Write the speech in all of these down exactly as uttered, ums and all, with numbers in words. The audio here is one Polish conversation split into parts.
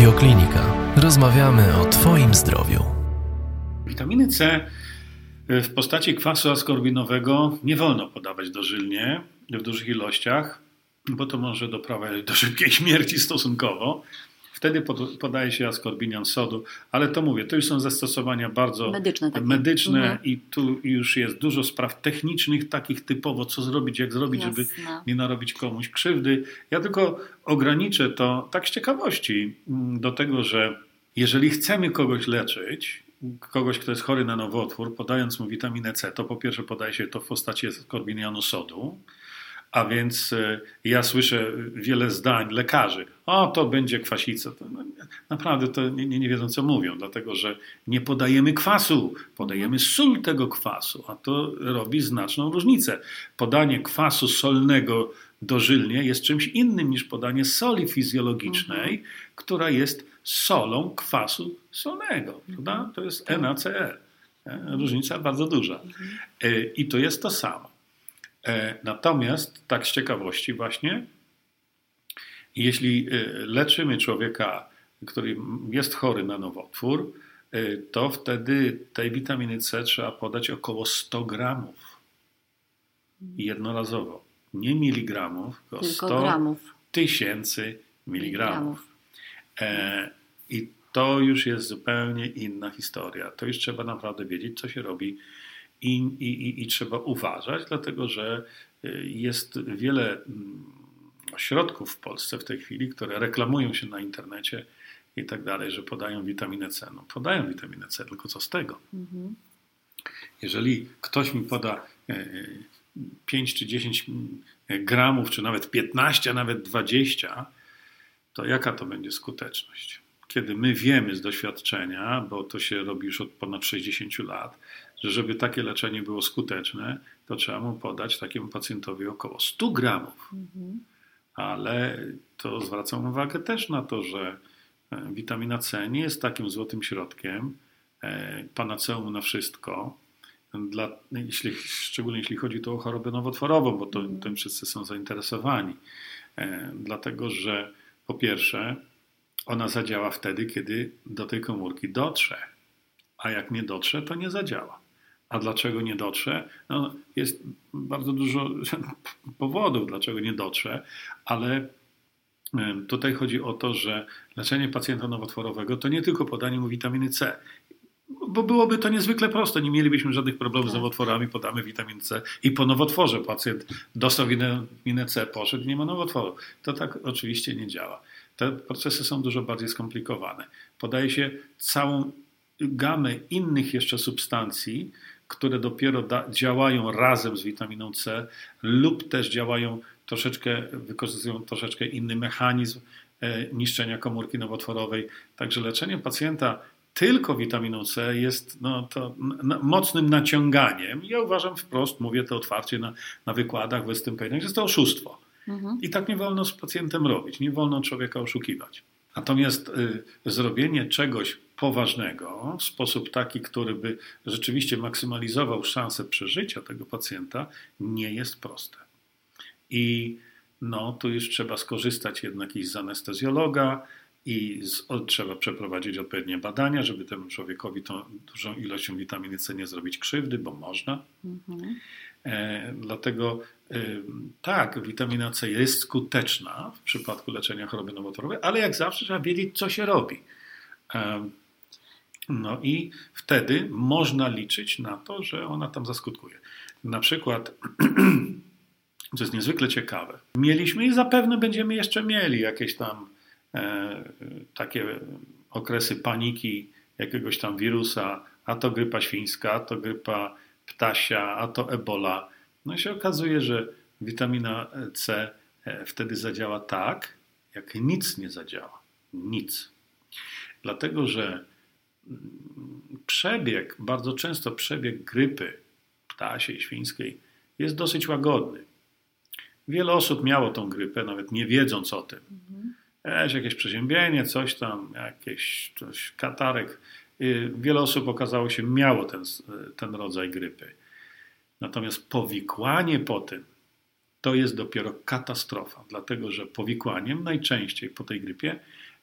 Bioklinika. Rozmawiamy o Twoim zdrowiu. Witaminy C w postaci kwasu askorbinowego nie wolno podawać dożylnie w dużych ilościach, bo to może doprowadzić do szybkiej śmierci stosunkowo. Wtedy podaje się askorbinian sodu, ale to mówię, to już są zastosowania bardzo medyczne, medyczne mhm. i tu już jest dużo spraw technicznych, takich typowo, co zrobić, jak zrobić, Jasne. żeby nie narobić komuś krzywdy. Ja tylko ograniczę to tak z ciekawości do tego, że jeżeli chcemy kogoś leczyć, kogoś, kto jest chory na nowotwór, podając mu witaminę C, to po pierwsze podaje się to w postaci askorbinianu sodu. A więc ja słyszę wiele zdań lekarzy, o to będzie kwasica. To, no, naprawdę to nie, nie wiedzą co mówią, dlatego że nie podajemy kwasu, podajemy sól tego kwasu, a to robi znaczną różnicę. Podanie kwasu solnego dożylnie jest czymś innym niż podanie soli fizjologicznej, mhm. która jest solą kwasu solnego. Prawda? To jest N A C L. Różnica bardzo duża. Mhm. I to jest to samo. Natomiast, tak z ciekawości właśnie, jeśli leczymy człowieka, który jest chory na nowotwór, to wtedy tej witaminy C trzeba podać około sto gramów jednorazowo. Nie miligramów, tylko, tylko sto gramów. Tysięcy miligramów. E, I to już jest zupełnie inna historia. To już trzeba naprawdę wiedzieć, co się robi. I, i, I trzeba uważać, dlatego że jest wiele ośrodków w Polsce w tej chwili, które reklamują się na internecie i tak dalej, że podają witaminę C. No podają witaminę C, tylko co z tego? Mhm. Jeżeli ktoś mi poda pięć czy dziesięć gramów, czy nawet piętnaście, a nawet dwadzieścia, to jaka to będzie skuteczność? Kiedy my wiemy z doświadczenia, bo to się robi już od ponad sześćdziesięciu lat, że żeby takie leczenie było skuteczne, to trzeba mu podać takiemu pacjentowi około sto gramów. Mhm. Ale to zwracam uwagę też na to, że witamina C nie jest takim złotym środkiem, panaceum na wszystko, dla, jeśli, szczególnie jeśli chodzi tu o chorobę nowotworową, bo to, mhm. tym wszyscy są zainteresowani. Dlatego, że po pierwsze ona zadziała wtedy, kiedy do tej komórki dotrze, a jak nie dotrze, to nie zadziała. A dlaczego nie dotrze? No, jest bardzo dużo powodów, dlaczego nie dotrze, ale tutaj chodzi o to, że leczenie pacjenta nowotworowego to nie tylko podanie mu witaminy C, bo byłoby to niezwykle proste, nie mielibyśmy żadnych problemów tak. z nowotworami, podamy witaminę C i po nowotworze pacjent dostał witaminę C, poszedł i nie ma nowotworu. To tak oczywiście nie działa. Te procesy są dużo bardziej skomplikowane. Podaje się całą gamę innych jeszcze substancji, które dopiero da, działają razem z witaminą C lub też działają troszeczkę, wykorzystują troszeczkę inny mechanizm e, niszczenia komórki nowotworowej. Także leczenie pacjenta tylko witaminą C jest no, to n- mocnym naciąganiem. Ja uważam wprost, mówię to otwarcie na, na wykładach, wystąpieniach, że jest to oszustwo. Mhm. I tak nie wolno z pacjentem robić, nie wolno człowieka oszukiwać. Natomiast y, zrobienie czegoś poważnego w sposób taki, który by rzeczywiście maksymalizował szansę przeżycia tego pacjenta, nie jest proste. I no, tu już trzeba skorzystać jednak i z anestezjologa i z, o, trzeba przeprowadzić odpowiednie badania, żeby temu człowiekowi tą dużą ilością witaminy C nie zrobić krzywdy, bo można. Mhm. E, dlatego e, tak, witamina C jest skuteczna w przypadku leczenia choroby nowotworowej, ale jak zawsze trzeba wiedzieć, co się robi. E, no i wtedy można liczyć na to, że ona tam zaskutkuje. Na przykład, co jest niezwykle ciekawe, mieliśmy i zapewne będziemy jeszcze mieli jakieś tam e, takie okresy paniki jakiegoś tam wirusa, a to grypa świńska, a to grypa ptasia, a to ebola. No i się okazuje, że witamina C wtedy zadziała tak, jak nic nie zadziała. Nic. Dlatego, że przebieg, bardzo często przebieg grypy ptasiej, świńskiej jest dosyć łagodny. Wiele osób miało tą grypę, nawet nie wiedząc o tym. Mhm. Jakieś przeziębienie, coś tam, jakieś coś, katarek. Wiele osób okazało się miało ten, ten rodzaj grypy. Natomiast powikłanie po tym to jest dopiero katastrofa, dlatego że powikłaniem najczęściej po tej grypie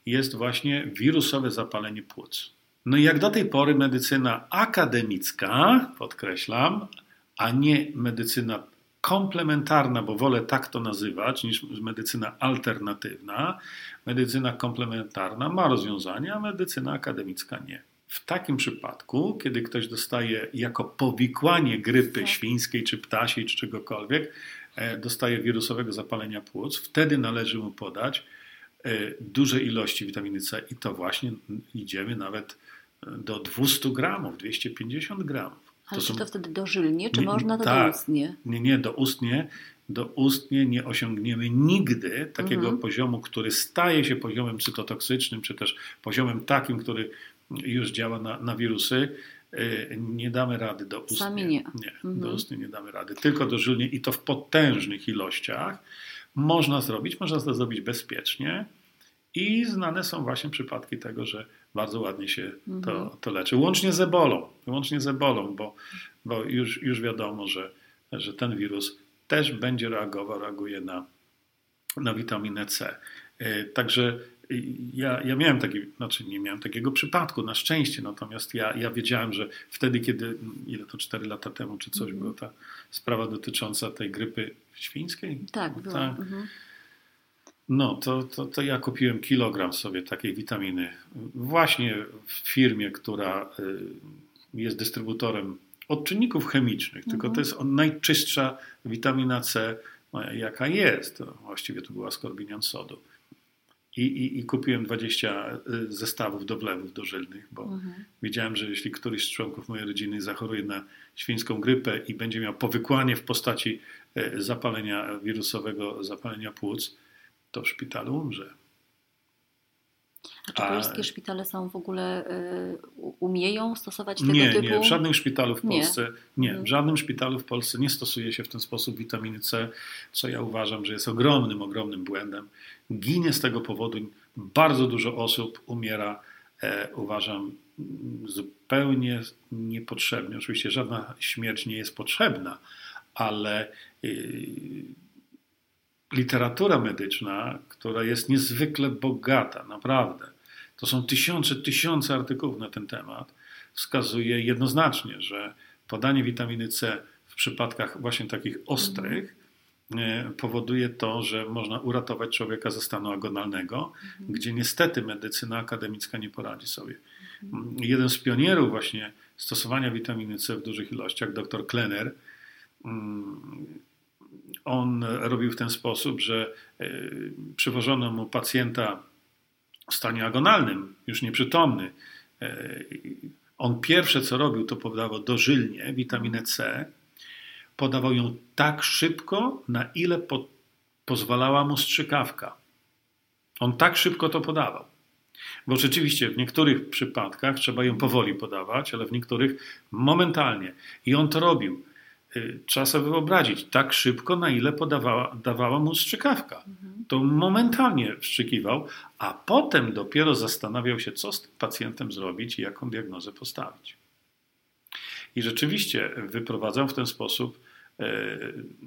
jest właśnie wirusowe zapalenie płuc. No i jak do tej pory medycyna akademicka, podkreślam, a nie medycyna komplementarna, bo wolę tak to nazywać, niż medycyna alternatywna. Medycyna komplementarna ma rozwiązania, a medycyna akademicka nie. W takim przypadku, kiedy ktoś dostaje jako powikłanie grypy świńskiej, czy ptasiej, czy czegokolwiek, dostaje wirusowego zapalenia płuc, wtedy należy mu podać duże ilości witaminy C i to właśnie idziemy nawet do dwieście gramów, dwieście pięćdziesiąt gramów. Ale to czy są... to wtedy dożylnie, czy nie, można to tak, doustnie? Nie, nie, doustnie. Doustnie nie osiągniemy nigdy takiego mhm. poziomu, który staje się poziomem cytotoksycznym, czy też poziomem takim, który już działa na, na wirusy. Nie damy rady doustnie. Sami nie. Nie, mhm. doustnie nie damy rady. Tylko dożylnie i to w potężnych ilościach. Można zrobić, można to zrobić bezpiecznie i znane są właśnie przypadki tego, że bardzo ładnie się mhm. to, to leczy. Łącznie z ebolą, łącznie z ebolą, bo, bo już, już wiadomo, że, że ten wirus też będzie reagował, reaguje na, na witaminę C. Także ja, ja miałem taki, znaczy nie miałem takiego przypadku, na szczęście, natomiast ja, ja wiedziałem, że wtedy, kiedy, ile to cztery lata temu, czy coś, mm. była ta sprawa dotycząca tej grypy świńskiej? Tak, była. Tak. Mhm. No, to, to, to ja kupiłem kilogram sobie takiej witaminy właśnie w firmie, która jest dystrybutorem odczynników chemicznych, tylko to jest najczystsza witamina C, jaka jest. Właściwie to była skorbinian sodu. I, i, I kupiłem dwadzieścia zestawów do wlewów dożylnych, bo mhm. wiedziałem, że jeśli któryś z członków mojej rodziny zachoruje na świńską grypę i będzie miał powykłanie w postaci zapalenia wirusowego, zapalenia płuc, to w szpitalu umrze. A czy polskie A... szpitale są w ogóle, y, umieją stosować tego nie, typu? Nie, w żadnym szpitalu w Polsce nie. nie, w żadnym szpitalu w Polsce nie stosuje się w ten sposób witaminy C, co ja uważam, że jest ogromnym, ogromnym błędem. Ginie z tego powodu, bardzo dużo osób umiera, e, uważam, zupełnie niepotrzebnie. Oczywiście żadna śmierć nie jest potrzebna, ale y, literatura medyczna, która jest niezwykle bogata, naprawdę, to są tysiące, tysiące artykułów na ten temat, wskazuje jednoznacznie, że podanie witaminy C w przypadkach właśnie takich ostrych mm. powoduje to, że można uratować człowieka ze stanu agonalnego, mm. gdzie niestety medycyna akademicka nie poradzi sobie. Mm. Jeden z pionierów właśnie stosowania witaminy C w dużych ilościach, dr Klenner, mm, on robił w ten sposób, że przywożono mu pacjenta w stanie agonalnym, już nieprzytomny. On pierwsze co robił, to podawał dożylnie witaminę C. Podawał ją tak szybko, na ile po, pozwalała mu strzykawka. On tak szybko to podawał. Bo rzeczywiście w niektórych przypadkach trzeba ją powoli podawać, ale w niektórych momentalnie. I on to robił. Trzeba sobie wyobrazić, tak szybko, na ile podawała, dawała mu strzykawka. Mhm. To momentalnie wstrzykiwał, a potem dopiero zastanawiał się, co z tym pacjentem zrobić i jaką diagnozę postawić. I rzeczywiście wyprowadzał w ten sposób e,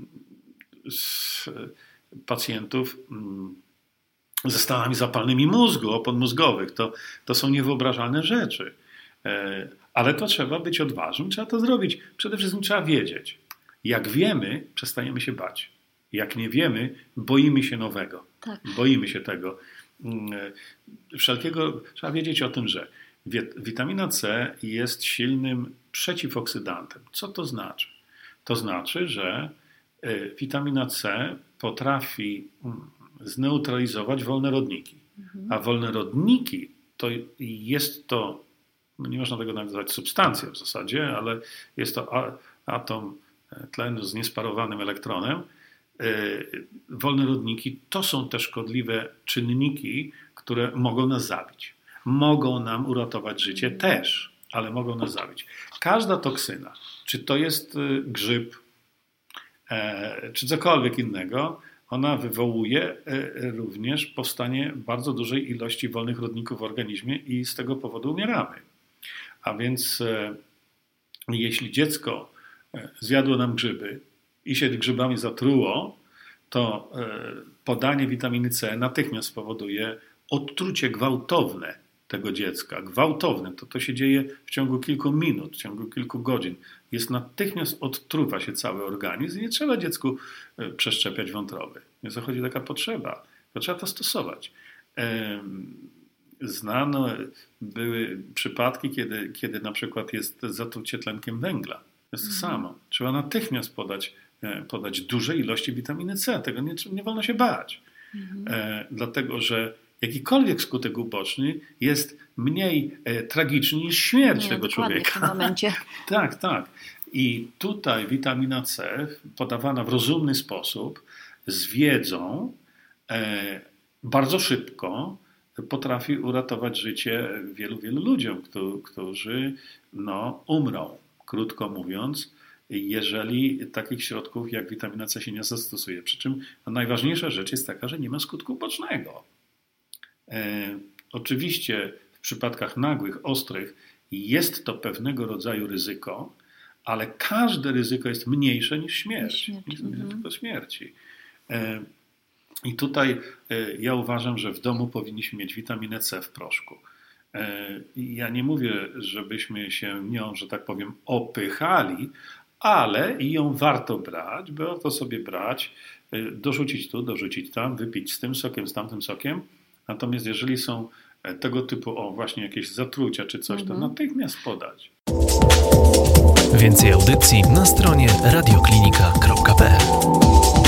z pacjentów m, ze stanami zapalnymi mózgu, opon mózgowych. To, to są niewyobrażalne rzeczy. E, Ale to trzeba być odważnym, trzeba to zrobić. Przede wszystkim trzeba wiedzieć. Jak wiemy, przestajemy się bać. Jak nie wiemy, boimy się nowego. Tak. Boimy się tego. Wszelkiego trzeba wiedzieć o tym, że witamina C jest silnym przeciwoksydantem. Co to znaczy? To znaczy, że witamina C potrafi zneutralizować wolne rodniki. Mhm. A wolne rodniki to jest to, no nie można tego nazywać substancją w zasadzie, ale jest to atom tlenu z niesparowanym elektronem. Wolne rodniki to są te szkodliwe czynniki, które mogą nas zabić. Mogą nam uratować życie też, ale mogą nas zabić. Każda toksyna, czy to jest grzyb, czy cokolwiek innego, ona wywołuje również powstanie bardzo dużej ilości wolnych rodników w organizmie i z tego powodu umieramy. A więc jeśli dziecko zjadło nam grzyby i się grzybami zatruło, to podanie witaminy C natychmiast spowoduje odtrucie gwałtowne tego dziecka, gwałtowne, to to się dzieje w ciągu kilku minut, w ciągu kilku godzin. Jest natychmiast odtruwa się cały organizm i nie trzeba dziecku przeszczepiać wątroby. Nie zachodzi taka potrzeba, to trzeba to stosować. Znano były przypadki, kiedy, kiedy na przykład jest zatrucie tlenkiem węgla. To jest to mhm. samo. Trzeba natychmiast podać, podać duże ilości witaminy C. Tego nie, nie wolno się bać. Mhm. E, dlatego, że jakikolwiek skutek uboczny jest mniej e, tragiczny niż śmierć nie, tego człowieka. W tym momencie. tak, tak. I tutaj witamina C podawana w rozumny sposób, z wiedzą, e, bardzo szybko potrafi uratować życie wielu, wielu ludziom, którzy no, umrą, krótko mówiąc, jeżeli takich środków jak witamina C się nie zastosuje. Przy czym najważniejsza rzecz jest taka, że nie ma skutku ubocznego. E, oczywiście w przypadkach nagłych, ostrych jest to pewnego rodzaju ryzyko, ale każde ryzyko jest mniejsze niż śmierć. Niż ryzyko śmierci. E, I tutaj ja uważam, że w domu powinniśmy mieć witaminę C w proszku. Ja nie mówię, żebyśmy się nią, że tak powiem, opychali, ale i ją warto brać, warto sobie brać, dorzucić tu, dorzucić tam, wypić z tym sokiem, z tamtym sokiem. Natomiast jeżeli są tego typu, o właśnie jakieś zatrucia czy coś, mhm. to natychmiast podać. Więcej audycji na stronie radioklinika kropka p l.